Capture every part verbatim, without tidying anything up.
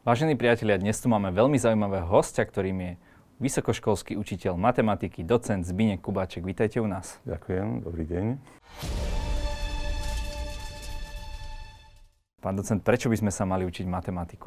Vážení priatelia, dnes tu máme veľmi zaujímavého hostia, ktorým je vysokoškolský učiteľ matematiky, docent Zbyněk Kubáček. Vítajte u nás. Ďakujem, dobrý deň. Pán docent, prečo by sme sa mali učiť matematiku?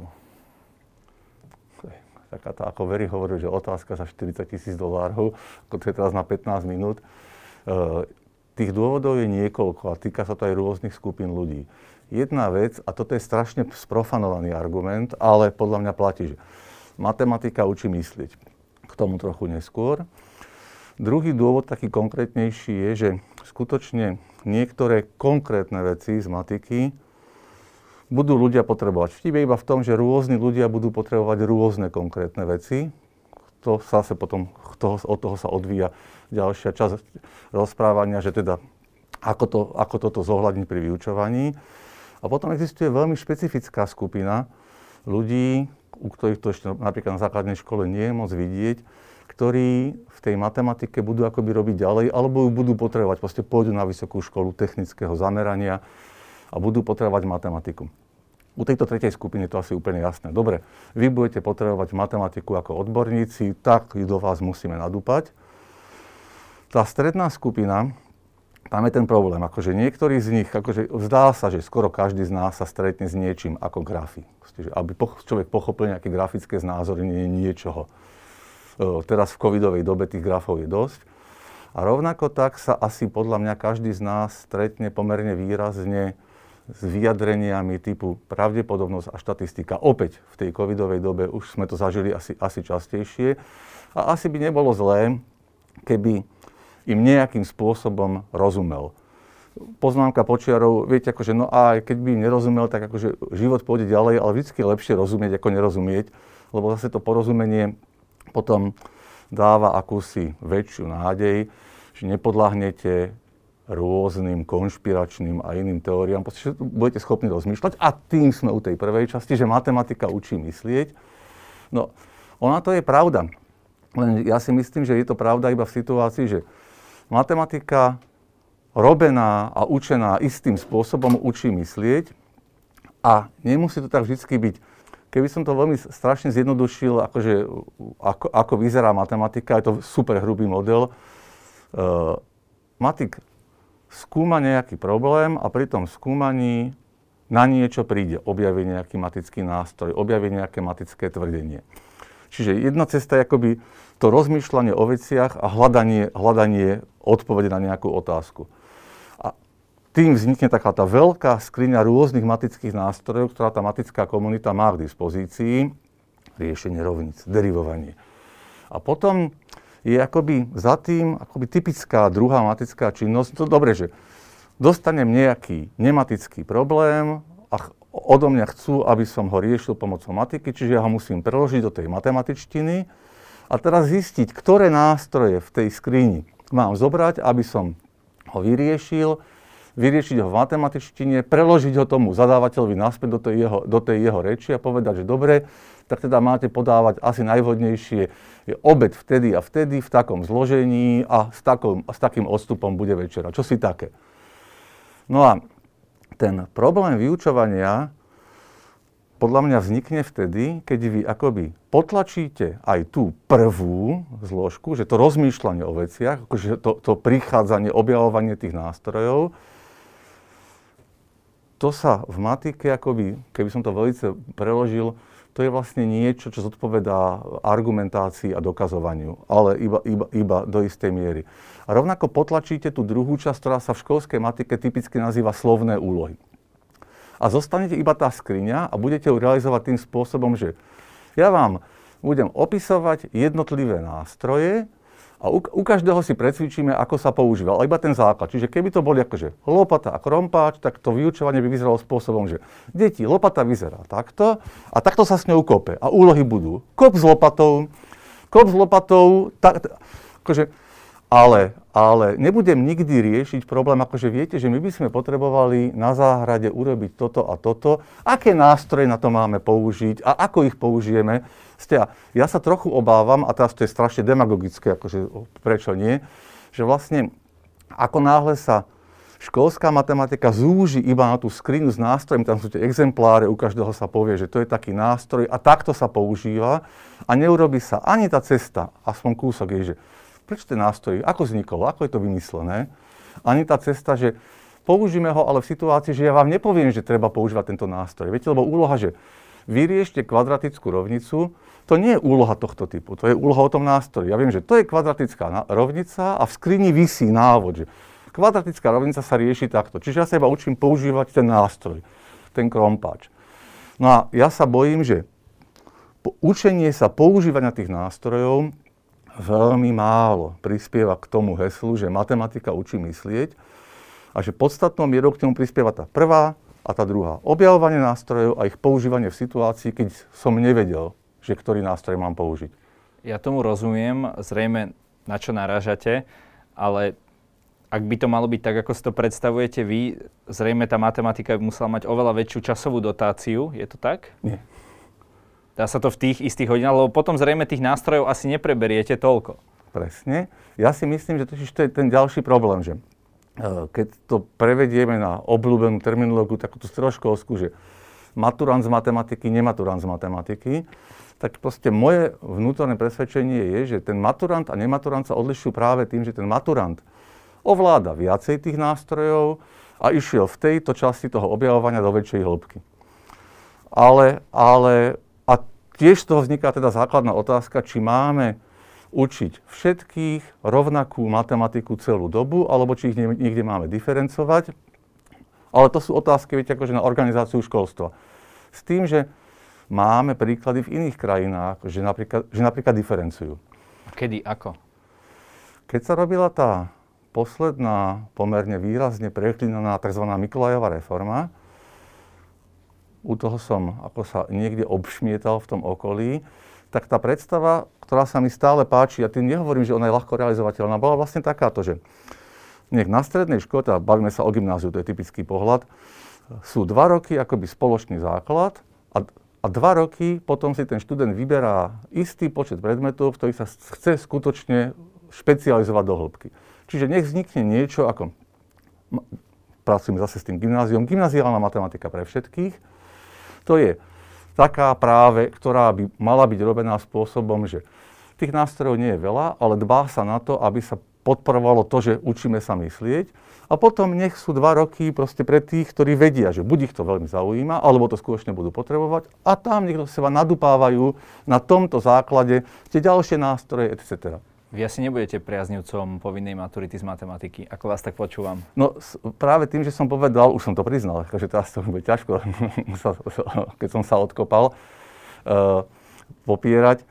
Taká tá, ako Very hovoril, že otázka za štyridsať tisíc dolárov, ako to je teraz na pätnásť minút. E, tých dôvodov je niekoľko a týka sa to aj rôznych skupín ľudí. Jedna vec, a toto je strašne sprofanovaný argument, ale podľa mňa platí, že matematika učí myslieť. K tomu trochu neskôr. Druhý dôvod, taký konkrétnejší, je, že skutočne niektoré konkrétne veci z matiky budú ľudia potrebovať. Vtip je iba v tom, že rôzni ľudia budú potrebovať rôzne konkrétne veci. To sa zase potom, toho, od toho sa odvíja ďalšia časť rozprávania, že teda ako, to, ako toto zohľadniť pri vyučovaní. A potom existuje veľmi špecifická skupina ľudí, u ktorých to ešte napríklad na základnej škole nie je moc vidieť, ktorí v tej matematike budú akoby robiť ďalej, alebo ju budú potrebovať. Proste pôjdu na vysokú školu technického zamerania a budú potrebovať matematiku. U tejto tretej skupiny je to asi úplne jasné. Dobre, vy budete potrebovať matematiku ako odborníci, tak ju do vás musíme nadúpať. Tá stredná skupina, tam je ten problém, akože niektorí z nich, akože zdá sa, že skoro každý z nás sa stretne s niečím ako grafy. Proste, aby poch- človek pochopil nejaké grafické znázornenie niečoho. E, teraz v covidovej dobe tých grafov je dosť. A rovnako tak sa asi podľa mňa každý z nás stretne pomerne výrazne s vyjadreniami typu pravdepodobnosť a štatistika. Opäť v tej covidovej dobe už sme to zažili asi, asi častejšie. A asi by nebolo zlé, keby im nejakým spôsobom rozumel. Poznámka počiarov, viete, akože no a keď by im nerozumel, tak akože život pôjde ďalej, ale vždy je lepšie rozumieť, ako nerozumieť, lebo zase to porozumenie potom dáva akúsi väčšiu nádej, že nepodľahnete rôznym konšpiračným a iným teóriám, pretože budete schopní rozmýšľať a tým sme u tej prvej časti, že matematika učí myslieť. No, ona to je pravda. Len ja si myslím, že je to pravda iba v situácii, že matematika robená a učená istým spôsobom učí myslieť a nemusí to tak vždycky byť. Keby som to veľmi strašne zjednodušil, akože, ako, ako vyzerá matematika, je to super hrubý model. Uh, matik skúma nejaký problém a pri tom skúmaní na niečo príde, objaví nejaký matický nástroj, objaví nejaké matické tvrdenie. Čiže jedna cesta je akoby to rozmýšľanie o veciach a hľadanie, hľadanie odpovede na nejakú otázku. A tým vznikne taká tá veľká skriňa rôznych matických nástrojov, ktorá tá matická komunita má k dispozícii. Riešenie rovníc, derivovanie. A potom je akoby za tým akoby typická druhá matická činnosť. To dobre, že dostanem nejaký nematický problém a odo mňa chcú, aby som ho riešil pomocou matiky, čiže ja ho musím preložiť do tej matematičtiny a teraz zistiť, ktoré nástroje v tej skrini mám zobrať, aby som ho vyriešil, vyriešiť ho v matematičtine, preložiť ho tomu zadávateľovi naspäť do tej jeho, do tej jeho reči a povedať, že dobre, tak teda máte podávať asi najvhodnejšie je obed vtedy a vtedy v takom zložení a s, takom, s takým odstupom bude večera. Čo si také? No a ten problém vyučovania podľa mňa vznikne vtedy, keď vy akoby potlačíte aj tú prvú zložku, že to rozmýšľanie o veciach, akože to, to prichádzanie, objavovanie tých nástrojov, to sa v matike, akoby, keby som to veľmi preložil, to je vlastne niečo, čo zodpovedá argumentácii a dokazovaniu, ale iba, iba, iba do istej miery. A rovnako potlačíte tú druhú časť, ktorá sa v školskej matike typicky nazýva slovné úlohy. A zostanete iba tá skriňa a budete ju realizovať tým spôsobom, že ja vám budem opisovať jednotlivé nástroje a u, u každého si precvičíme, ako sa používa, ale iba ten základ. Čiže keby to boli akože lopata a krompáč, tak to vyučovanie by vyzeralo spôsobom, že deti, lopata vyzerá takto a takto sa s ňou kope. A úlohy budú kop s lopatou, kop s lopatou, tak, akože, ale, ale nebudem nikdy riešiť problém, akože viete, že my by sme potrebovali na záhrade urobiť toto a toto, aké nástroje na to máme použiť a ako ich použijeme. Ja sa trochu obávam, a teraz to je strašne demagogické, akože prečo nie, že vlastne ako náhle sa školská matematika zúži iba na tú skriňu s nástrojmi, tam sú tie exempláre, u každého sa povie, že to je taký nástroj a takto sa používa a neurobi sa ani tá cesta, aspoň kúsok je, že prečo ten nástroj, ako vznikol, ako je to vymyslené, ani tá cesta, že použijeme ho ale v situácii, že ja vám nepoviem, že treba používať tento nástroj. Viete, lebo úloha, že vyriešte kvadratickú rovnicu, to nie je úloha tohto typu, to je úloha o tom nástroji. Ja viem, že to je kvadratická rovnica a v skrini visí návod, že kvadratická rovnica sa rieši takto. Čiže ja sa iba učím používať ten nástroj, ten krompáč. No a ja sa bojím, že učenie sa používania tých nástrojov veľmi málo prispieva k tomu heslu, že matematika učí myslieť a že podstatnou mierou k tomu prispieva tá prvá a tá druhá. Objavovanie nástrojov a ich používanie v situácii, keď som nevedel, že ktorý nástroj mám použiť. Ja tomu rozumiem, zrejme na čo narážate, ale ak by to malo byť tak, ako si to predstavujete vy, zrejme tá matematika by musela mať oveľa väčšiu časovú dotáciu, je to tak? Nie. Dá sa to v tých istých hodinách, lebo potom zrejme tých nástrojov asi nepreberiete toľko. Presne. Ja si myslím, že totiž to je ten ďalší problém, že keď to prevedieme na obľúbenú terminológiu, takúto stredoškolskú, že maturant z matematiky, nematurant z matematiky, tak proste moje vnútorné presvedčenie je, že ten maturant a nematurant sa odlišujú práve tým, že ten maturant ovláda viacej tých nástrojov a išiel v tejto časti toho objavovania do väčšej hĺbky. Ale, ale, a tiež z toho vzniká teda základná otázka, či máme učiť všetkých rovnakú matematiku celú dobu, alebo či ich niekde máme diferencovať. Ale to sú otázky, viete, akože na organizáciu školstva. S tým, že máme príklady v iných krajinách, že napríklad, že napríklad diferencujú. Kedy, ako? Keď sa robila tá posledná, pomerne výrazne preklinaná tzv. Mikolajová reforma, u toho som ako sa niekde obšmietal v tom okolí, tak tá predstava, ktorá sa mi stále páči, a tým nehovorím, že ona je ľahko realizovateľná, bola vlastne takáto, že nech na strednej škole, teda bavíme sa o gymnáziu, to je typický pohľad, sú dva roky akoby spoločný základ a, a dva roky potom si ten študent vyberá istý počet predmetov, v ktorých sa chce skutočne špecializovať do hĺbky. Čiže nech vznikne niečo ako, pracujeme zase s tým gymnáziom, gymnaziálna matematika pre všetkých, to je taká práve, ktorá by mala byť robená spôsobom, že tých nástrojov nie je veľa, ale dbá sa na to, aby sa podporovalo to, že učíme sa myslieť. A potom nech sú dva roky proste pre tých, ktorí vedia, že buď ich to veľmi zaujíma, alebo to skutočne budú potrebovať. A tam niekto sa nadupávajú na tomto základe tie ďalšie nástroje, et cetera. Vy asi nebudete priaznivcom povinnej maturity z matematiky, ako vás tak počúvam. No práve tým, že som povedal, už som to priznal, že teraz to bude ťažko, keď som sa odkopal, uh, popierať.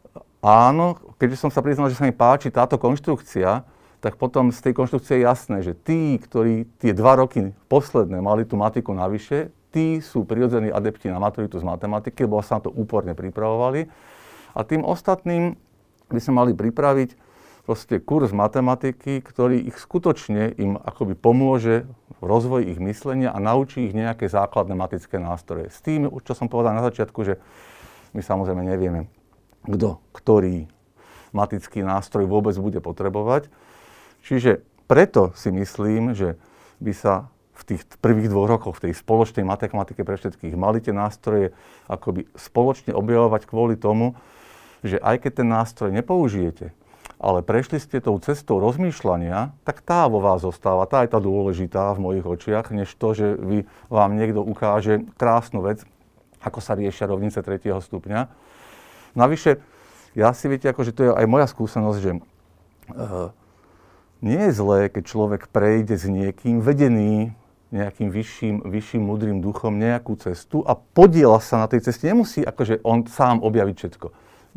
Áno, keďže som sa priznal, že sa mi páči táto konštrukcia, tak potom z tej konštrukcie je jasné, že tí, ktorí tie dva roky posledné mali tú matiku navyše, tí sú prirodzení adepti na maturitu z matematiky, lebo sa na to úporne pripravovali. A tým ostatným by sme mali pripraviť proste kurz matematiky, ktorý ich skutočne im akoby pomôže v rozvoji ich myslenia a naučí ich nejaké základné matické nástroje. S tým, čo som povedal na začiatku, že my samozrejme nevieme, kto, ktorý matický nástroj vôbec bude potrebovať. Čiže preto si myslím, že by sa v tých prvých dvoch rokoch v tej spoločnej matematike pre všetkých mali tie nástroje akoby spoločne objavovať kvôli tomu, že aj keď ten nástroj nepoužijete, ale prešli ste tou cestou rozmýšľania, tak tá vo vás zostáva, tá je tá dôležitá v mojich očiach, než to, že vy, vám niekto ukáže krásnu vec, ako sa riešia rovnice tretieho stupňa. Navyše, ja si viete, akože to je aj moja skúsenosť, že uh, nie je zlé, keď človek prejde s niekým, vedený nejakým vyšším, vyšším múdrym duchom nejakú cestu a podieľa sa na tej ceste. Nemusí akože on sám objaviť všetko.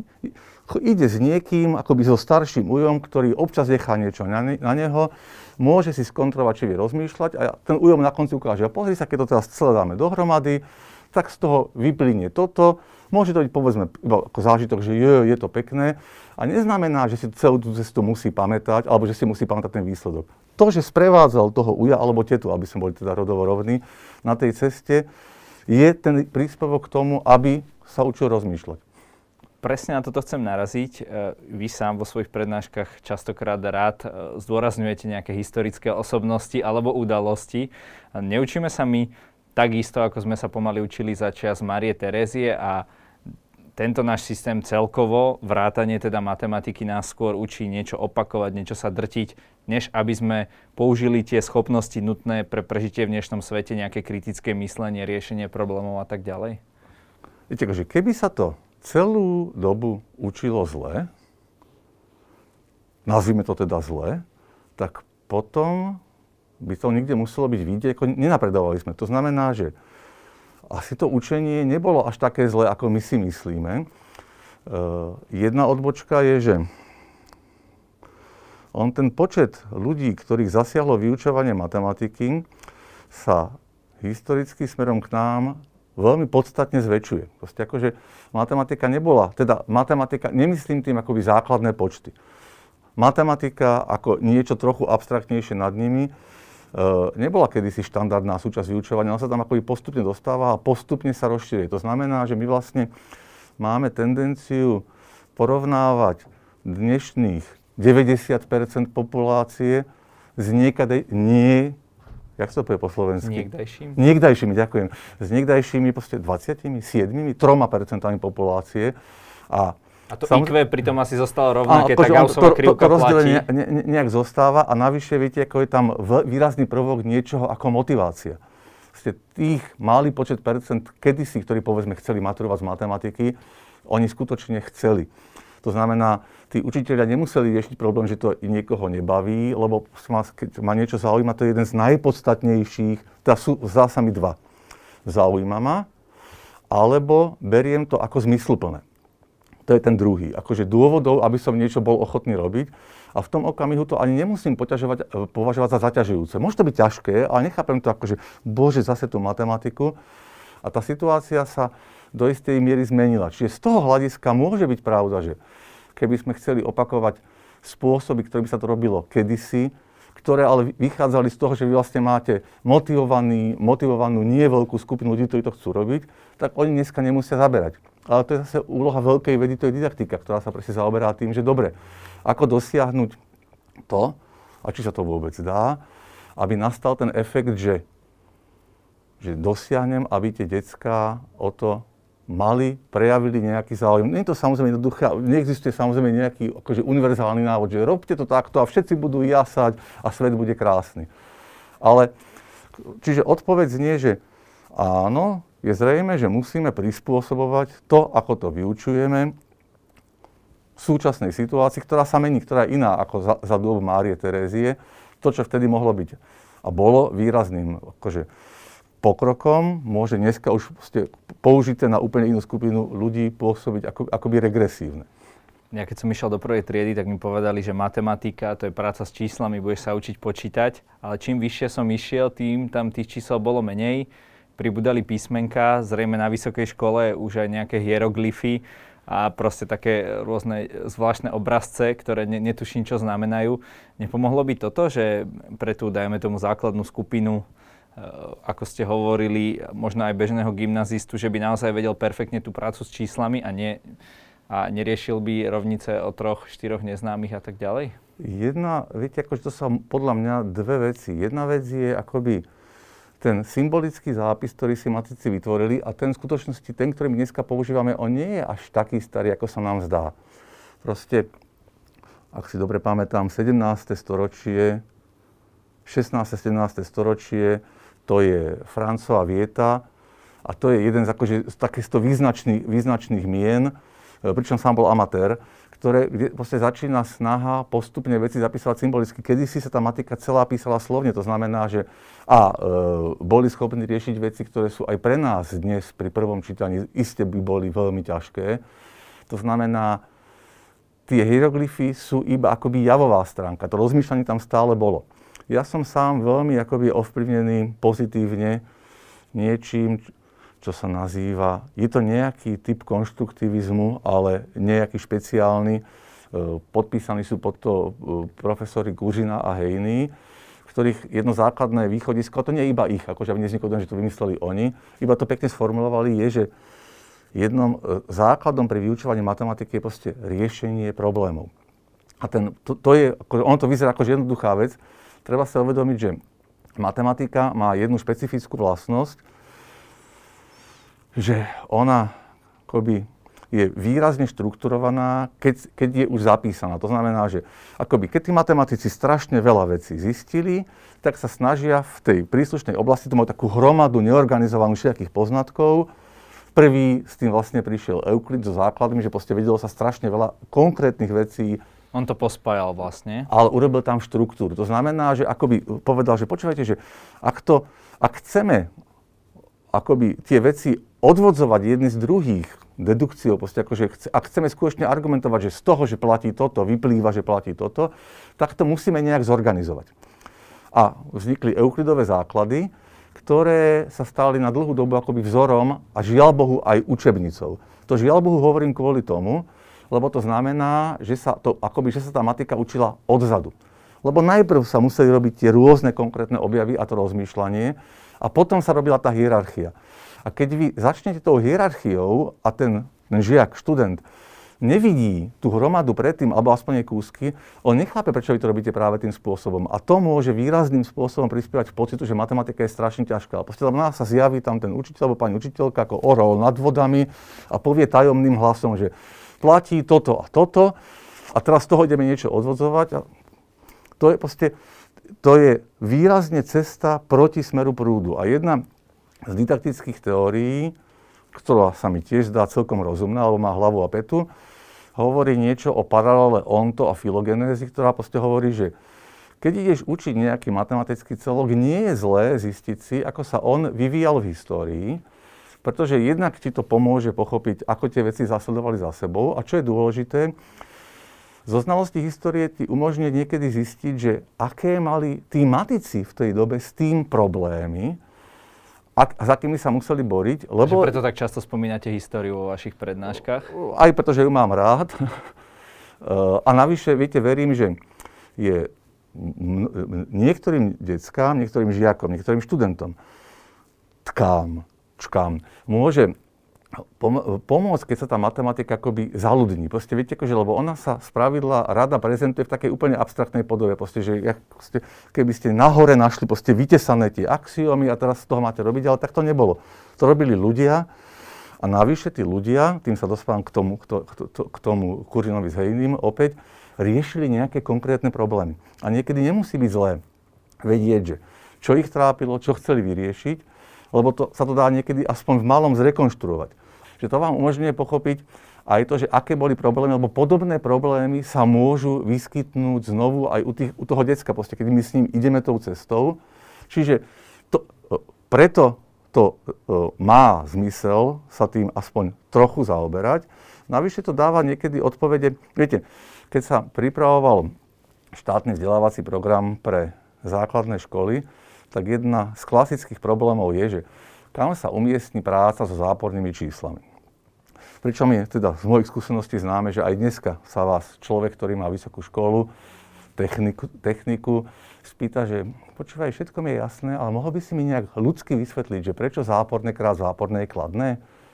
Ide s niekým, akoby so starším ujom, ktorý občas nechá niečo na, ne, na neho, môže si skontrolovať, či vie rozmýšľať a ten ujom na konci ukáže, a pozri sa, keď to teraz celé dáme dohromady, tak z toho vyplynie toto. Môže to byť, povedzme, ako zážitok, že je, je to pekné a neznamená, že si celú tú cestu musí pamätať, alebo že si musí pamätať ten výsledok. To, že sprevádzal toho uja alebo tetu, aby sme boli teda rodovo rovní na tej ceste, je ten príspevok k tomu, aby sa učil rozmýšľať. presne na toto chcem naraziť. Vy sám vo svojich prednáškach častokrát rád zdôrazňujete nejaké historické osobnosti alebo udalosti. Neučíme sa my takisto, ako sme sa pomaly učili za čias Márie Terézie a tento náš systém celkovo, vrátanie teda matematiky nás skôr učí niečo opakovať, niečo sa drtiť, než aby sme použili tie schopnosti nutné pre prežitie v dnešnom svete, nejaké kritické myslenie, riešenie problémov a tak ďalej? Viete, že keby sa to celú dobu učilo zle, nazvime to teda zle, tak potom by to nikde muselo byť vidieť, ako nenapredovali sme. To znamená, že asi to učenie nebolo až také zlé, ako my si myslíme. Uh, jedna odbočka je, že on ten počet ľudí, ktorých zasiahlo vyučovanie matematiky, sa historicky smerom k nám veľmi podstatne zväčšuje. Proste akože matematika nebola, teda matematika, nemyslím tým akoby základné počty. Matematika ako niečo trochu abstraktnejšie nad nimi, Uh, nebola kedysi štandardná súčasť vyučovania, ona sa tam akoby postupne dostáva a postupne sa rozšíruje. To znamená, že my vlastne máme tendenciu porovnávať dnešných deväťdesiat percent populácie s niekadej, nie, jak sa to povie po slovensky? Niekdajšími. Niekdajšími, ďakujem. S niekdajšími proste dvadsiatimi siedmimi, troma percentami populácie a A to Samoz... í kvé pritom asi zostalo rovnaké, áno, tak Gaussova krivka platí. To rozdelenie ne, ne, nejak zostáva a navyše viete, ako je tam výrazný prvok niečoho ako motivácia. Ste tých malý počet percent kedysi, ktorí povedzme chceli maturovať z matematiky, oni skutočne chceli. To znamená, tí učitelia nemuseli riešiť problém, že to niekoho nebaví, lebo keď ma niečo zaujíma, to je jeden z najpodstatnejších, teda sú zdá sa mi dva. Zaujíma ma, alebo beriem to ako zmysluplné. To je ten druhý. Akože dôvodov, aby som niečo bol ochotný robiť. A v tom okamihu to ani nemusím poťažovať, považovať za zaťažujúce. Môže to byť ťažké, ale nechápem to ako, že bože, zase tú matematiku. A tá situácia sa do istej miery zmenila. Čiže z toho hľadiska môže byť pravda, že keby sme chceli opakovať spôsoby, ktoré by sa to robilo kedysi, ktoré ale vychádzali z toho, že vy vlastne máte motivovaný, motivovanú nie veľkú skupinu ľudí, ktorí to chcú robiť, tak oni dneska nemusia zaberať. Ale to je zase úloha veľkej vedy, to je didaktika, ktorá sa presne zaoberá tým, že dobre, ako dosiahnuť to, a či sa to vôbec dá, aby nastal ten efekt, že, že dosiahnem, aby tie decká o to mali, prejavili nejaký záujem. Nie je to samozrejme jednoduché, neexistuje samozrejme nejaký akože univerzálny návod, že robte to takto a všetci budú jasať a svet bude krásny. Ale, čiže odpoveď znie, že áno, je zrejme, že musíme prispôsobovať to, ako to vyučujeme, v súčasnej situácii, ktorá sa mení, ktorá je iná ako za, za dobu Márie Terézie. To, čo vtedy mohlo byť a bolo výrazným akože, pokrokom, môže dneska už použité na úplne inú skupinu ľudí pôsobiť ako, akoby regresívne. Ja keď som išiel do prvej triedy, tak mi povedali, že matematika, to je práca s číslami, budeš sa učiť počítať, ale čím vyššie som išiel, tým tam tých čísel bolo menej. Pribudali písmenka, zrejme na vysokej škole už aj nejaké hieroglyfy a proste také rôzne zvláštne obrazce, ktoré ne, netuším, čo znamenajú. Nepomohlo by toto, že pre tú, dajme tomu, základnú skupinu, e, ako ste hovorili, možno aj bežného gymnazistu, že by naozaj vedel perfektne tú prácu s číslami a, nie, a neriešil by rovnice o troch, štyroch neznámych a tak ďalej? Jedna, viete, akože to sú podľa mňa dve veci. Jedna vec je akoby ten symbolický zápis, ktorý si matici vytvorili a ten v skutočnosti, ten, ktorý my dneska používame, on nie je až taký starý, ako sa nám zdá. Proste, ak si dobre pamätám, sedemnáste storočie, šestnáste sedemnáste storočie, to je François Vieta a to je jeden z, akože, z takýchto význačných, význačných mien, pričom sám bol amatér, ktoré, kde proste začína snaha postupne veci zapísať symbolicky. Kedysi sa tá matika celá písala slovne, to znamená, že a, e, boli schopní riešiť veci, ktoré sú aj pre nás dnes pri prvom čítaní iste by boli veľmi ťažké. To znamená, tie hieroglyfy sú iba akoby javová stránka, to rozmýšľanie tam stále bolo. Ja som sám veľmi akoby ovplyvnený pozitívne niečím, čo sa nazýva, je to nejaký typ konštruktivizmu, ale nejaký špeciálny. Podpísaní sú pod to profesori Gužina a Hejný, ktorých jedno základné východisko, to nie je iba ich, akože aby nevzniklo, že to vymysleli oni, iba to pekne sformulovali, je, že jednom základom pri vyučovaní matematiky je proste riešenie problémov. A ten, to, to je, ono to vyzerá ako jednoduchá vec. Treba sa uvedomiť, že matematika má jednu špecifickú vlastnosť, že ona akoby je výrazne štrukturovaná, keď, keď je už zapísaná. To znamená, že akoby, keď tí matematici strašne veľa vecí zistili, tak sa snažia v tej príslušnej oblasti, to majú takú hromadu neorganizovanú všetkých poznatkov. Prvý s tým vlastne prišiel Euklid so základmi, že proste vedelo sa strašne veľa konkrétnych vecí. On to pospájal vlastne. Ale urobil tam štruktúru. To znamená, že akoby povedal, že počúvajte, že ak, to, ak chceme akoby tie veci odvodzovať jedny z druhých, dedukciou, proste akože chce, ak chceme skutočne argumentovať, že z toho, že platí toto, vyplýva, že platí toto, tak to musíme nejak zorganizovať. A vznikli Euklidové základy, ktoré sa stali na dlhú dobu akoby vzorom a žiaľ Bohu aj učebnicou. To žiaľ Bohu hovorím kvôli tomu, lebo to znamená, že sa, to, akoby, že sa tá matika učila odzadu. Lebo najprv sa museli robiť tie rôzne konkrétne objavy a to rozmýšľanie a potom sa robila tá hierarchia. A keď vy začnete tou hierarchiou a ten, ten žiak, študent, nevidí tú hromadu predtým, alebo aspoň jej kúsky, on nechápe, prečo vy to robíte práve tým spôsobom. A to môže výrazným spôsobom prispievať k pocitu, že matematika je strašne ťažká. A proste tam nás sa zjaví tam ten učiteľ, alebo pani učiteľka ako orol nad vodami a povie tajomným hlasom, že platí toto a toto a teraz z toho ideme niečo odvodzovať. A to je proste, to je výrazne cesta proti smeru prúdu. A jedna z didaktických teórií, ktorá sa mi tiež zdá celkom rozumná, alebo má hlavu a petu, hovorí niečo o paralele onto a filogenézy, ktorá proste hovorí, že keď ideš učiť nejaký matematický celok, nie je zlé zistiť si, ako sa on vyvíjal v histórii, pretože jednak ti to pomôže pochopiť, ako tie veci zasledovali za sebou. A čo je dôležité, zo znalosti histórie ti umožňuje niekedy zistiť, že aké mali tí matici v tej dobe s tým problémy, a za akými sa museli boriť, lebo... Že preto tak často spomínate históriu vo vašich prednáškach? Aj preto, že ju mám rád. A navyše, viete, verím, že je niektorým deckám, niektorým žiakom, niektorým študentom, tkám, čkám, môže pom- pomôcť, keď sa tá matematika akoby zaludní. Proste viete, akože, lebo ona sa spravidla rada prezentuje v takej úplne abstraktnej podobe. Proste, že jak, proste, keby ste nahore našli proste vytesané tie axiómy a teraz z toho máte robiť, ale tak to nebolo. To robili ľudia a navyše tí ľudia, tým sa dospávam k tomu, k, to, k tomu Kurinovi s Hejným, opäť riešili nejaké konkrétne problémy. A niekedy nemusí byť zlé vedieť, že čo ich trápilo, čo chceli vyriešiť, lebo to, sa to dá niekedy aspoň v malom zrekonštruovať. Že to vám umožňuje pochopiť aj to, že aké boli problémy, lebo podobné problémy sa môžu vyskytnúť znovu aj u, tých, u toho decka, proste, keď my s ním ideme tou cestou. Čiže to, preto to má zmysel sa tým aspoň trochu zaoberať. Navyše to dáva niekedy odpovede. Viete, keď sa pripravoval štátny vzdelávací program pre základné školy, tak jedna z klasických problémov je, že kam sa umiestni práca so zápornými číslami. Pričom je teda z mojich skúseností známe, že aj dneska sa vás človek, ktorý má vysokú školu, techniku, techniku spýta, že počúvaj, všetko mi je jasné, ale mohol by si mi nejak ľudsky vysvetliť, že prečo záporné krát záporné je kladné?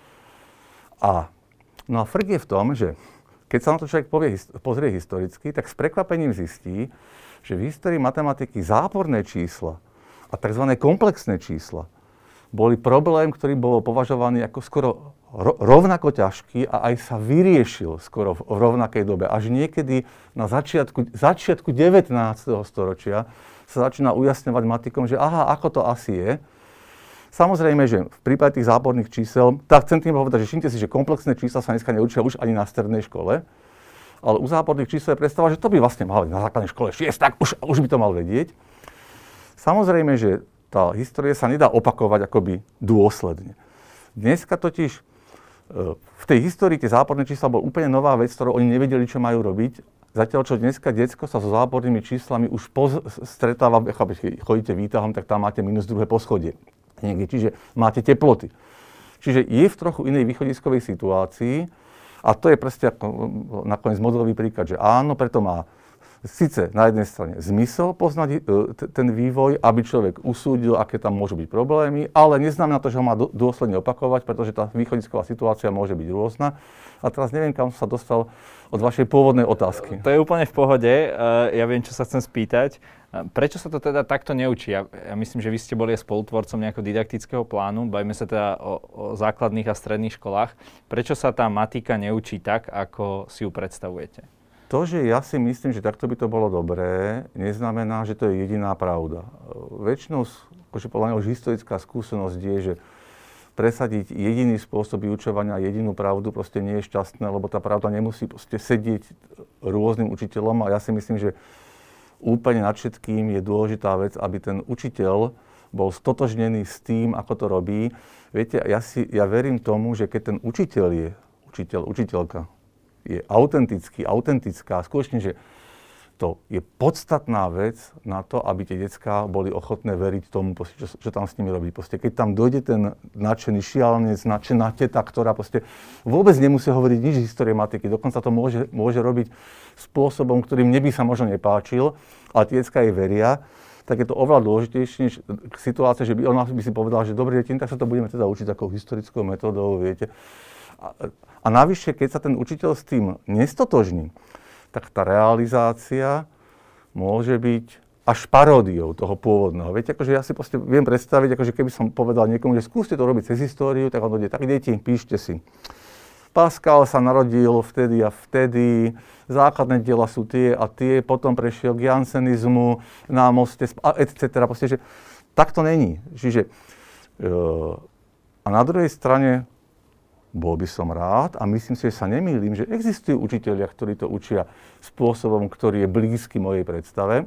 A, no a frk je v tom, že keď sa na to človek povie, pozrie historicky, tak s prekvapením zistí, že v histórii matematiky záporné čísla a tzv. Komplexné čísla boli problém, ktorý bol považovaný ako skoro rovnako ťažký a aj sa vyriešil skoro v rovnakej dobe. Až niekedy na začiatku, začiatku devätnásteho storočia sa začína ujasňovať matikom, že aha, ako to asi je. Samozrejme, že v prípade tých záporných čísel, tak chcem tým povedať, že všimte si, že komplexné čísla sa dneska neučia už ani na strednej škole, ale u záporných čísel je predstava, že to by vlastne mali na základnej škole šiesť, tak už, už by to mal vedieť. Samozrejme, že tá história sa nedá opakovať akoby dôsledne. Dneska totiž v tej histórii tie záporné čísla bol úplne nová vec, ktorú oni nevedeli, čo majú robiť. Zatiaľ, čo dneska decko sa so zápornými číslami už poz- stretáva, keď chodíte výtahom, tak tam máte minus druhé poschodie. Niekde, čiže máte teploty. Čiže je v trochu inej východiskovej situácii a to je presne ako nakoniec modelový príklad, že áno, preto má Sice na jednej strane zmysel poznať e, t- ten vývoj, aby človek usúdil, aké tam môžu byť problémy, ale neznamená to, že ho má d- dôsledne opakovať, pretože tá východisková situácia môže byť rôzna. A teraz neviem, kam som sa dostal od vašej pôvodnej otázky. To je úplne v pohode. Ja viem, čo sa chcem spýtať. Prečo sa to teda takto neučí? Ja, ja myslím, že vy ste boli aj spolutvorcom nejakého didaktického plánu. Bavíme sa teda o, o základných a stredných školách. Prečo sa tá matika neučí tak, ako si ju predstavujete? To, že ja si myslím, že takto by to bolo dobré, neznamená, že to je jediná pravda. Väčšinou, akože podľa mňa už historická skúsenosť je, že presadiť jediný spôsob vyučovania, jedinú pravdu proste nie je šťastné, lebo tá pravda nemusí proste sedieť rôznym učiteľom a ja si myslím, že úplne nad všetkým je dôležitá vec, aby ten učiteľ bol stotožnený s tým, ako to robí. Viete, ja, si, ja verím tomu, že keď ten učiteľ je, učiteľ, učiteľka, je autentický, autentická, skutočne, že to je podstatná vec na to, aby tie decká boli ochotné veriť tomu, čo, čo tam s nimi robí. Proste, keď tam dojde ten nadšený šialenec, nadšená teta, ktorá proste vôbec nemusí hovoriť nič z histórie matiky, dokonca to môže, môže robiť spôsobom, ktorým mne by sa možno nepáčil, ale tie decká jej veria, tak je to oveľa dôležitejšie než situácia, že by ona by si povedala, že dobre, deti, tak sa to budeme teda učiť takou historickou metódou, viete. A, a navyše, keď sa ten učiteľ s tým nestotožní, tak tá realizácia môže byť až paródiou toho pôvodného. Viete, akože ja si proste viem predstaviť, akože keby som povedal niekomu, že skúste to robiť cez históriu, tak on dojde, tak deti, píšte si. Pascal sa narodil vtedy a vtedy, základné diela sú tie a tie, potom prešiel k jansenizmu, na moste, et cetera. Proste, že tak to není. Čiže, e, a na druhej strane, bol by som rád a myslím si, že sa nemýlim, že existujú učitelia, ktorí to učia spôsobom, ktorý je blízky mojej predstave.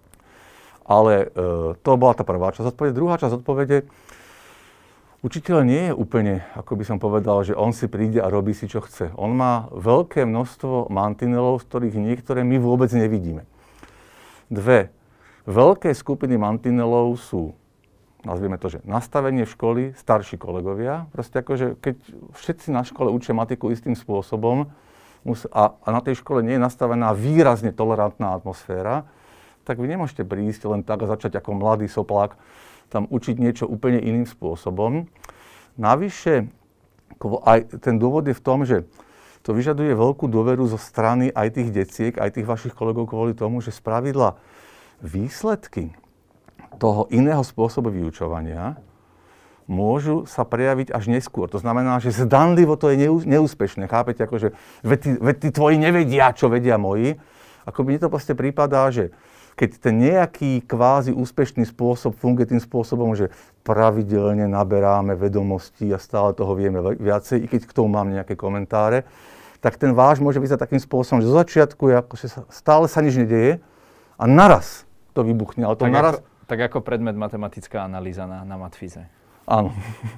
Ale e, to bola tá prvá časť odpovede. Druhá časť odpovede, učiteľ nie je úplne, ako by som povedal, že on si príde a robí si, čo chce. On má veľké množstvo mantinelov, z ktorých niektoré my vôbec nevidíme. Dve veľké skupiny mantinelov sú, nazvieme to, že nastavenie školy, starší kolegovia. Proste akože, keď všetci na škole učia matiku istým spôsobom mus, a, a na tej škole nie je nastavená výrazne tolerantná atmosféra, tak vy nemôžete prísť len tak a začať ako mladý soplák tam učiť niečo úplne iným spôsobom. Navyše, aj ten dôvod je v tom, že to vyžaduje veľkú dôveru zo strany aj tých deciek, aj tých vašich kolegov kvôli tomu, že spravidla výsledky toho iného spôsobu vyučovania môžu sa prejaviť až neskôr. To znamená, že zdanlivo to je neúspešné. Chápete? Akože, veď tí, veď tí tvoji nevedia, čo vedia moji. Ako mne to proste prípadá, že keď ten nejaký kvázi úspešný spôsob funguje tým spôsobom, že pravidelne naberáme vedomosti a stále toho vieme viacej, i keď k tomu mám nejaké komentáre, tak ten váš môže vyzerať takým spôsobom, že zo začiatku je, akože sa, stále sa nič nedeje a naraz to vybuchne. Ale to tak naraz... ako... Tak ako predmet matematická analýza na, na matfíze. Áno.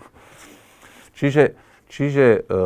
čiže čiže e,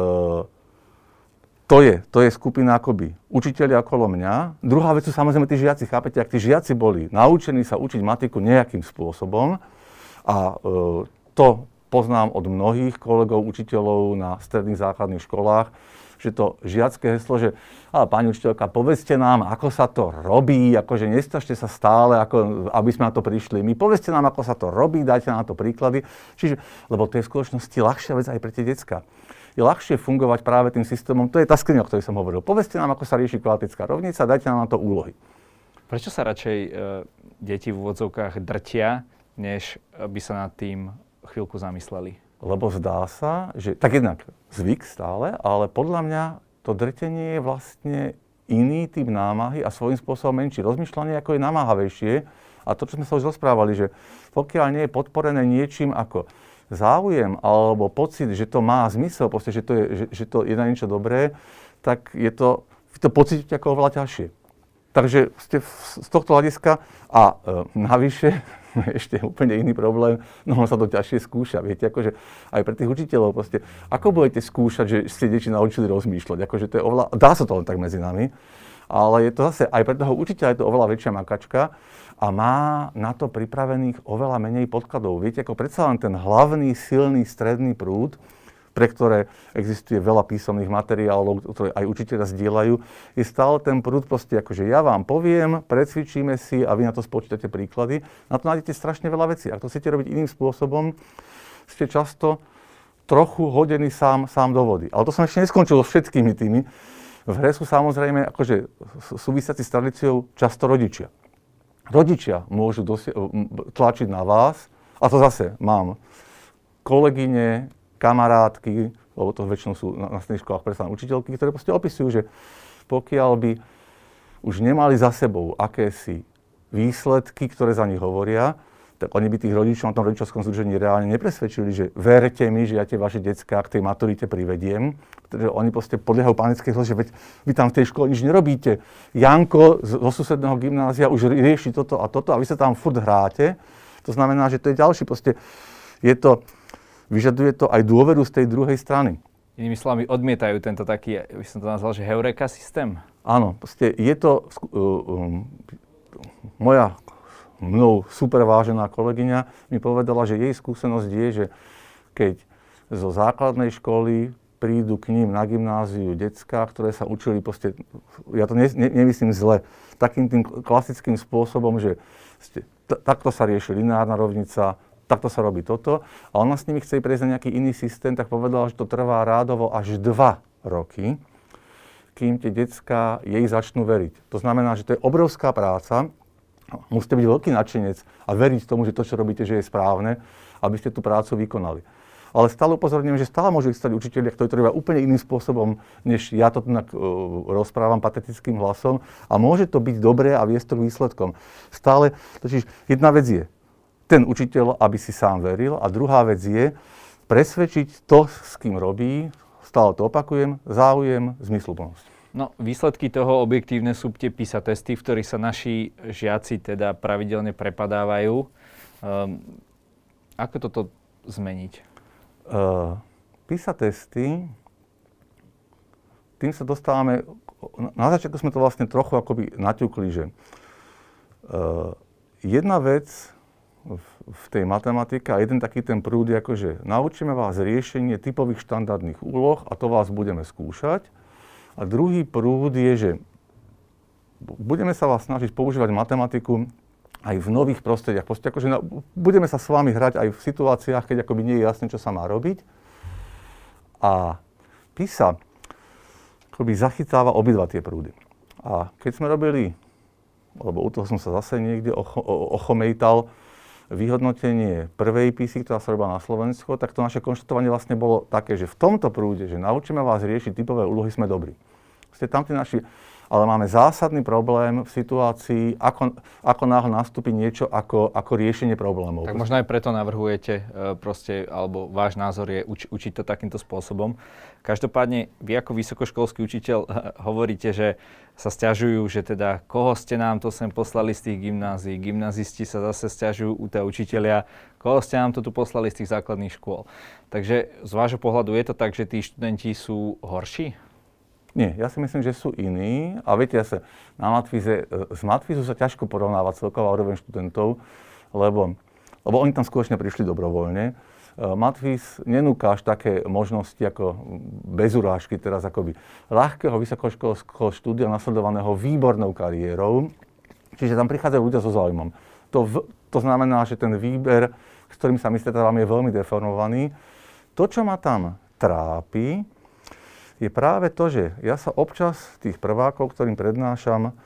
to, je, to je skupina akoby učiteľia okolo mňa. Druhá vec sú samozrejme tí žiaci. Chápete, ak tí žiaci boli naučení sa učiť matiku nejakým spôsobom a e, to poznám od mnohých kolegov, učiteľov na stredných základných školách, že to žiacké heslo, že ale pani učiteľka, povedzte nám, ako sa to robí, akože nestažte sa stále, ako, aby sme na to prišli. My povedzte nám, ako sa to robí, dajte nám na to príklady. Čiže, lebo to je v skutočnosti ľahšia vec aj pre tie decká. Je ľahšie fungovať práve tým systémom, to je tá skriňa, o ktorej som hovoril. Povedzte nám, ako sa rieši kvadratická rovnica, dajte nám na to úlohy. Prečo sa radšej e, deti v úvodzovkách drtia, než by sa nad tým chvíľku zamysleli? Lebo zdá sa, že tak jednak zvyk stále, ale podľa mňa to drtenie je vlastne iný typ námahy a svojím spôsobom menší. Rozmýšľanie ako je namáhavejšie a to, čo sme sa už rozprávali, že pokiaľ nie je podporené niečím ako záujem alebo pocit, že to má zmysel, proste, že, to je, že, že to je na niečo dobré, tak je to, vy to pocítite ako oveľa ťažšie. Takže ste z tohto hľadiska a e, navyše, ešte úplne iný problém, no sa to ťažšie skúša, viete, akože aj pre tých učiteľov proste, ako budete skúšať, že ste deti naučili rozmýšľať, akože to je oveľa, dá sa to len tak medzi nami, ale je to zase, aj pre toho učiteľa je to oveľa väčšia makačka a má na to pripravených oveľa menej podkladov. Viete, ako predsa len ten hlavný, silný, stredný prúd pre ktoré existuje veľa písomných materiálov, ktoré aj učiteľia zdieľajú, je stále ten prúd proste akože ja vám poviem, precvičíme si a vy na to spočítate príklady. Na to nájdete strašne veľa vecí. Ak to chcete robiť iným spôsobom, ste často trochu hodení sám, sám do vody. Ale to som ešte neskončil so všetkými tými. V hre sú samozrejme akože súvisiaci s tradíciou často rodičia. Rodičia môžu dosi- tlačiť na vás, a to zase mám kolegyne, kamarátky, lebo to väčšinou sú na, na stredných školách predstavené učiteľky, ktoré proste opisujú, že pokiaľ by už nemali za sebou akési výsledky, ktoré za nich hovoria, tak oni by tých rodičov na tom rodičovskom združení reálne nepresvedčili, že verte mi, že ja tie vaše decká k tej maturite privediem, pretože oni proste podliehajú panickej zlože, že veď vy tam v tej škole nič nerobíte. Janko zo susedného gymnázia už rieši toto a toto a vy sa tam furt hráte. To znamená, že to je ďalší proste, je to, vyžaduje to aj dôveru z tej druhej strany. Inými slovami, odmietajú tento taký, by som to nazval, že heureka systém? Áno, proste je to uh, um, moja mnou super vážená kolegyňa mi povedala, že jej skúsenosť je, že keď zo základnej školy prídu k ním na gymnáziu decká, ktoré sa učili proste, ja to ne, ne, nemyslím zle, takým tým klasickým spôsobom, že ste, t- takto sa rieši lineárna rovnica, takto sa robí toto. A ona s nimi chce prejsť na nejaký iný systém, tak povedala, že to trvá rádovo až dva roky, kým tie decká jej začnú veriť. To znamená, že to je obrovská práca, musíte byť veľký nadšenec a veriť tomu, že to, čo robíte, že je správne, aby ste tú prácu vykonali. Ale stále upozorňujem, že stále môžu stať učitelia, ktorí to robia úplne iným spôsobom, než ja to tak uh, rozprávam patetickým hlasom. A môže to byť dobré a viesť to k výsledkom. Stále, totiž jedna vec je, ten učiteľ, aby si sám veril, a druhá vec je presvedčiť to, s kým robí, stále to opakujem, záujem, zmysluplnosť. No, výsledky toho objektívne sú tie PISA testy, v ktorých sa naši žiaci teda pravidelne prepadávajú. Um, ako toto zmeniť? Uh, PISA testy, tým sa dostávame, na začiatku sme to vlastne trochu akoby naťukli, že uh, jedna vec v, v tej matematike a jeden taký ten prúd je akože naučíme vás riešenie typových štandardných úloh a to vás budeme skúšať. A druhý prúd je, že budeme sa vás snažiť používať matematiku aj v nových prostrediach. Proste akože na, budeme sa s vami hrať aj v situáciách, keď akoby nie je jasné, čo sa má robiť. A PISA akoby zachytáva obidva tie prúdy. A keď sme robili, lebo u toho som sa zase niekde ocho, ochomejtal, vyhodnotenie prvej PISy, ktorá sa robila na Slovensku, tak to naše konštatovanie vlastne bolo také, že v tomto prúde, že naučíme vás riešiť typové úlohy, sme dobrí. Ste tam tí naši, ale máme zásadný problém v situácii, ako, ako náhle nastúpi niečo ako, ako riešenie problémov. Tak možno aj preto navrhujete, proste, alebo váš názor je uč, učiť to takýmto spôsobom. Každopádne, vy ako vysokoškolský učiteľ hovoríte, že sa sťažujú, že teda koho ste nám to sem poslali z tých gymnázií. Gymnazisti sa zase sťažujú u toho učiteľia, koho ste nám to tu poslali z tých základných škôl. Takže z vášho pohľadu je to tak, že tí študenti sú horší? Nie, ja si myslím, že sú iní. A viete, ja sa na Matfize, z Matfizu sa ťažko porovnáva celková úroveň študentov, lebo, lebo oni tam skutočne prišli dobrovoľne. Matfiz nenúka až také možnosti ako bez urážky teraz akoby ľahkého vysokoškolského štúdia nasledovaného výbornou kariérou. Čiže tam prichádzajú ľudia so záujmom. To, v, to znamená, že ten výber, s ktorým sa my stretávame, je veľmi deformovaný. To, čo ma tam trápi, je práve to, že ja sa občas tých prvákov, ktorým prednášam,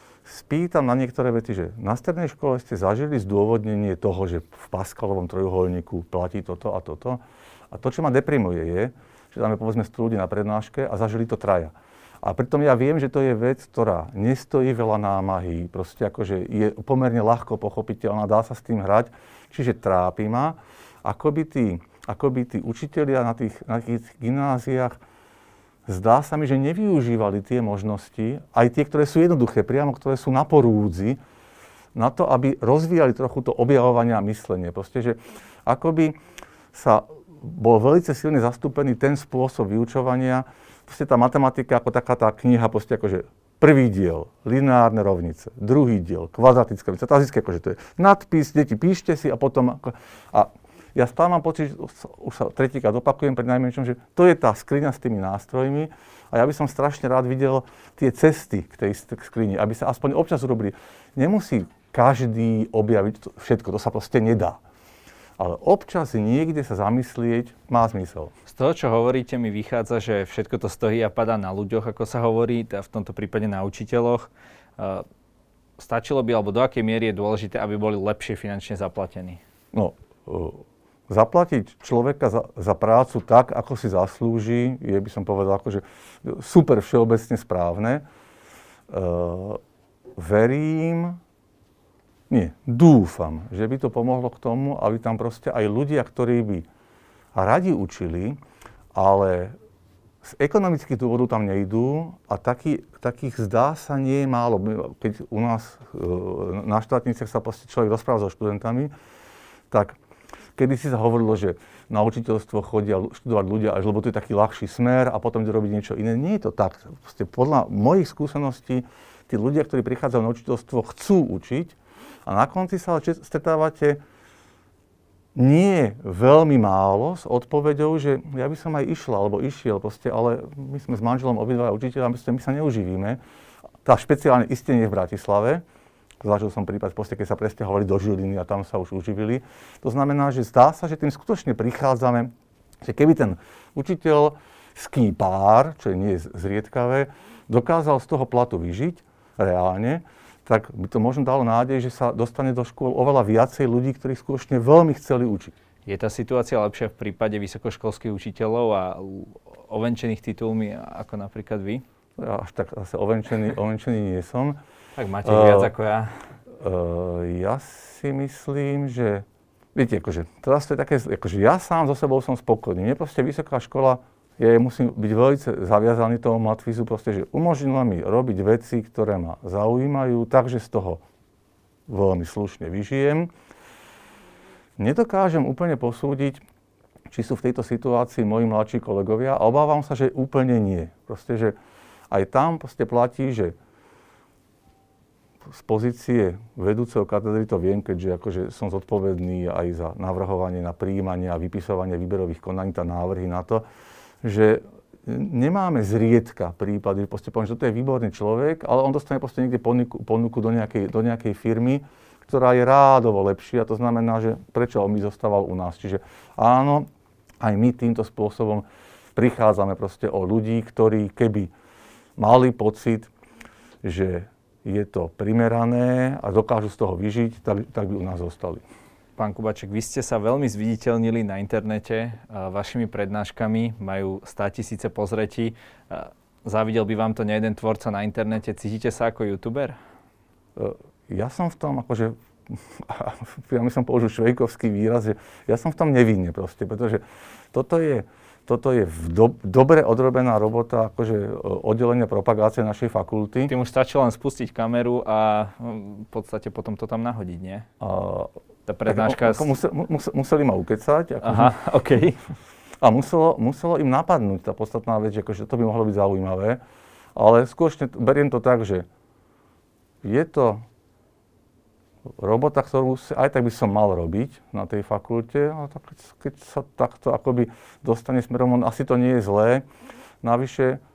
spýtam na niektoré veci, že na strednej škole ste zažili zdôvodnenie toho, že v Pascalovom trojuholníku platí toto a toto. A to, čo ma deprimuje, je, že tam je povedzme sto ľudí na prednáške a zažili to traja. A pritom ja viem, že to je vec, ktorá nestojí veľa námahy, proste akože je pomerne ľahko pochopiteľná, dá sa s tým hrať. Čiže trápi ma, ako by tí, ako by tí učitelia na tých, na tých gymnáziách, zdá sa mi, že nevyužívali tie možnosti, aj tie, ktoré sú jednoduché, priamo ktoré sú na porúdzi, na to, aby rozvíjali trochu to objavovanie a myslenie. Proste, že akoby sa bol veľmi silne zastúpený ten spôsob vyučovania, proste tá matematika ako taká tá kniha, proste akože prvý diel, lineárne rovnice, druhý diel, kvadratická rovnica, tá získa akože to je nadpis, deti píšte si a potom... Ako, a ja stále mám pocit, že už sa tretíkrát opakujem pri najmenšom, že to je tá skriňa s tými nástrojmi a ja by som strašne rád videl tie cesty k tej skrini, aby sa aspoň občas urobili. Nemusí každý objaviť všetko, to sa proste nedá. Ale občas niekde sa zamyslieť má zmysel. Z toho, čo hovoríte, mi vychádza, že všetko to stojí a padá na ľuďoch, ako sa hovorí, a v tomto prípade na učiteľoch. Stačilo by, alebo do akej miery je dôležité, aby boli lepšie finančne zaplatení? No, uh, zaplatiť človeka za, za prácu tak, ako si zaslúži, je, by som povedal, akože super všeobecne správne. Uh, verím, nie, dúfam, že by to pomohlo k tomu, aby tam proste aj ľudia, ktorí by radi učili, ale z ekonomických dôvodov tam nejdú a taký, takých zdá sa nie je málo. Keď u nás na štátniciach sa proste človek rozpráva so študentami, tak kedysi sa hovorilo, že na učiteľstvo chodia študovať ľudia, až lebo to je taký ľahší smer a potom ide robiť niečo iné. Nie je to tak. Proste podľa mojich skúseností tí ľudia, ktorí prichádzajú na učiteľstvo, chcú učiť a na konci sa stretávate nie veľmi málo s odpoveďou, že ja by som aj išla, alebo išiel proste, ale my sme s manželom obidvaja učiteľa, my sa neuživíme. Tá špeciálne isté nie v Bratislave. Zažil som prípad, proste, keď sa presťahovali do Žiliny a tam sa už uživili. To znamená, že zdá sa, že tým skutočne prichádzame, že keby ten učiteľský pár, čo je nie zriedkavé, dokázal z toho platu vyžiť reálne, tak by to možno dalo nádej, že sa dostane do škôl oveľa viacej ľudí, ktorí skutočne veľmi chceli učiť. Je tá situácia lepšia v prípade vysokoškolských učiteľov a ovenčených titulmi, ako napríklad vy? Ja až tak zase ovenčený, ovenčený nie som. Tak máte uh, viac ako ja. Uh, ja si myslím, že... Viete, akože, teraz to je také, akože ja sám so sebou som spokojný. Mne proste vysoká škola, ja musím byť veľmi zaviazaný tomu matfizu, proste, že umožnila mi robiť veci, ktoré ma zaujímajú, takže z toho veľmi slušne vyžijem. Nedokážem úplne posúdiť, či sú v tejto situácii moji mladší kolegovia a obávam sa, že úplne nie. Proste, že aj tam proste platí, že z pozície vedúceho katedry to viem, keďže akože som zodpovedný aj za navrhovanie na prijímanie a vypisovanie výberových konaní, tá návrhy na to, že nemáme zriedka prípady, že poviem, že toto je výborný človek, ale on dostane proste niekde ponuku, ponuku do, nejakej, do nejakej firmy, ktorá je rádovo lepšia, to znamená, že prečo on by zostával u nás. Čiže áno, aj my týmto spôsobom prichádzame proste o ľudí, ktorí keby mali pocit, že je to primerané a dokážu z toho vyžiť, tak, tak by u nás zostali. Pán Kubaček, vy ste sa veľmi zviditeľnili na internete vašimi prednáškami, majú státisíce pozretí. Závidel by vám to nejeden tvorca na internete. Cítite sa ako youtuber? Ja som v tom, akože, ja my som použil švejkovský výraz, že ja som v tom nevinne proste, pretože toto je, toto je do, dobre odrobená robota, akože oddelenia propagácie našej fakulty. Tým už stačilo len spustiť kameru a v podstate potom to tam nahodiť, nie? A, tá prednáška... Tak, ako musel, musel, museli ma ukecať. Akože, aha, okej. Okay. A muselo, muselo im napadnúť tá podstatná vec, že akože to by mohlo byť zaujímavé. Ale skôršne beriem to tak, že je to robota, ktorú aj tak by som mal robiť na tej fakulte, ale tak, keď sa takto akoby dostane smerom, asi to nie je zlé. Navyše e,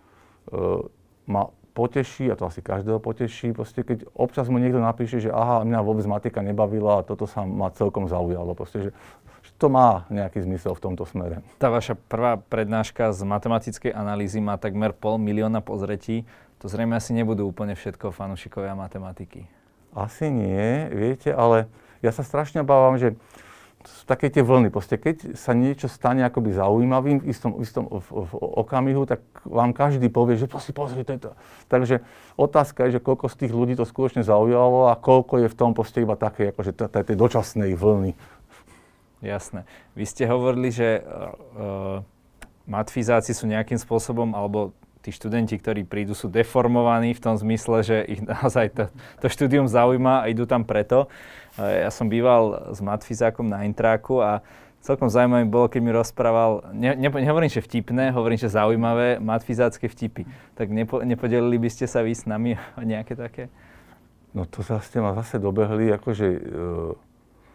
ma poteší, a to asi každého poteší, proste keď občas mu niekto napíše, že aha, mňa vôbec matika nebavila a toto sa ma celkom zaujalo. Proste, že, že to má nejaký zmysel v tomto smere. Tá vaša prvá prednáška z matematickej analýzy má takmer pol milióna pozretí. To zrejme asi nebudú úplne všetko fanúšikovia matematiky. Asi nie, viete, ale ja sa strašne obávam, že sú také tie vlny. Proste, keď sa niečo stane akoby zaujímavým v istom, v istom v, v okamihu, tak vám každý povie, že proste pozri, to je to. Takže otázka je, že koľko z tých ľudí to skutočne zaujalo a koľko je v tom proste iba také, akože tej dočasnej vlny. Jasné. Vy ste hovorili, že uh, matfizáci sú nejakým spôsobom, alebo tí študenti, ktorí prídu, sú deformovaní v tom zmysle, že ich naozaj to, to štúdium zaujíma a idú tam preto. Ja som býval s matfizákom na intráku a celkom zaujímavé bolo, keď mi rozprával, ne, ne, nehovorím, že vtipné, hovorím, že zaujímavé matfizácké vtipy. Tak nepo, nepodelili by ste sa vy s nami o nejaké také? No to zase ma zase dobehli, akože... Uh...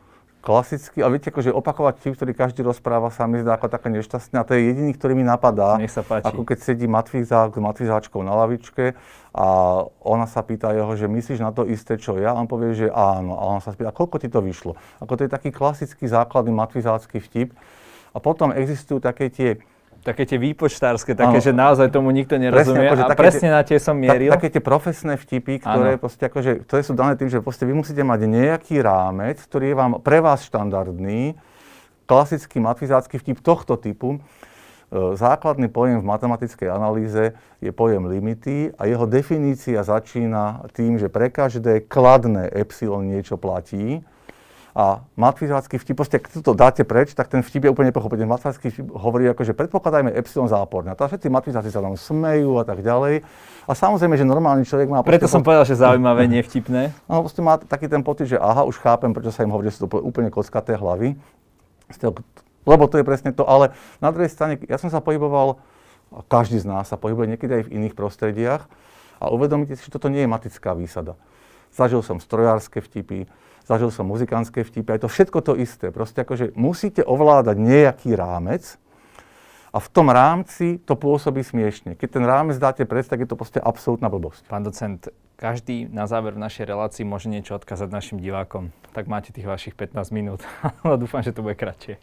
klasicky, a viete, akože opakovať vtip, ktorý každý rozpráva, sa mi zdá ako také nešťastné, a to je jediný, ktorý mi napadá. Nech sa páči. Ako keď sedí matvizák s matvizáčkou na lavičke a ona sa pýta jeho, že myslíš na to isté, čo ja? A on povie, že áno. A ona sa spýta, koľko ti to vyšlo? Ako to je taký klasický základný matvizácky vtip. A potom existujú také tie Také tie výpočtárske, také, ano, že naozaj tomu nikto nerozumie, presne, a presne tie, na tie som mieril. Tak, také tie profesné vtipy, ktoré, akože, ktoré sú dané tým, že vy musíte mať nejaký rámec, ktorý je vám pre vás štandardný, klasický matvizácky vtip tohto typu. Základný pojem v matematickej analýze je pojem limity a jeho definícia začína tým, že pre každé kladné epsilon niečo platí. A matvizácky vtip, proste, keď to dáte preč, tak ten vtip je úplne nepochopiteľný. Matvizácky vtip hovorí, ako, že predpokladajme epsilon záporné. A všetci matvizáci sa tam smejú a tak ďalej. A samozrejme, že normálny človek má... Preto som povedal, že zaujímavé, nie vtipné. No, proste má taký ten pocit, že aha, už chápem, prečo sa im hovorí, že sú to úplne kockaté hlavy. Lebo to je presne to. Ale na druhej strane, ja som sa pohyboval, a každý z nás sa pohybuje niekedy aj v iných prostrediach, a uvedomíte si, že toto nie je matická výsada. Zažil som strojárske vtipy, zažil som muzikánske vtipy, aj to všetko to isté. Proste akože musíte ovládať nejaký rámec a v tom rámci to pôsobí smiešne. Keď ten rámec dáte preč, tak je to proste absolútna blbosť. Pán docent, každý na záver v našej relácii môže niečo odkázať našim divákom. Tak máte tých vašich pätnásť minút, ale dúfam, že to bude kratšie.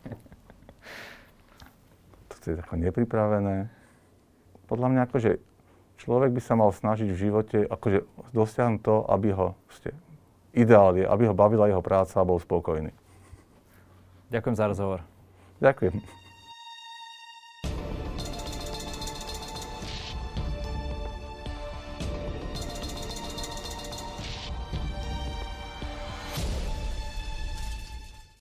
To je tako nepripravené. Podľa mňa akože človek by sa mal snažiť v živote akože dosiahnuť to, aby ho ste, ideál je, aby ho bavila jeho práca a bol spokojný. Ďakujem za rozhovor. Ďakujem.